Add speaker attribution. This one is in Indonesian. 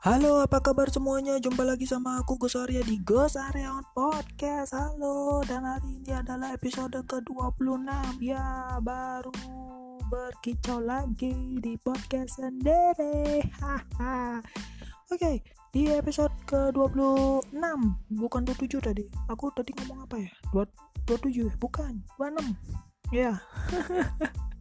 Speaker 1: Halo, apa kabar semuanya? Jumpa lagi sama aku Gus Arya di Gus Arya on Podcast. Halo, dan hari ini adalah episode ke-26. Ya, baru berkicau lagi di podcast sendiri. Haha. Oke, di episode ke-26, bukan 27 tadi. Aku tadi ngomong apa ya? 27 ya? Bukan, 26. Ya.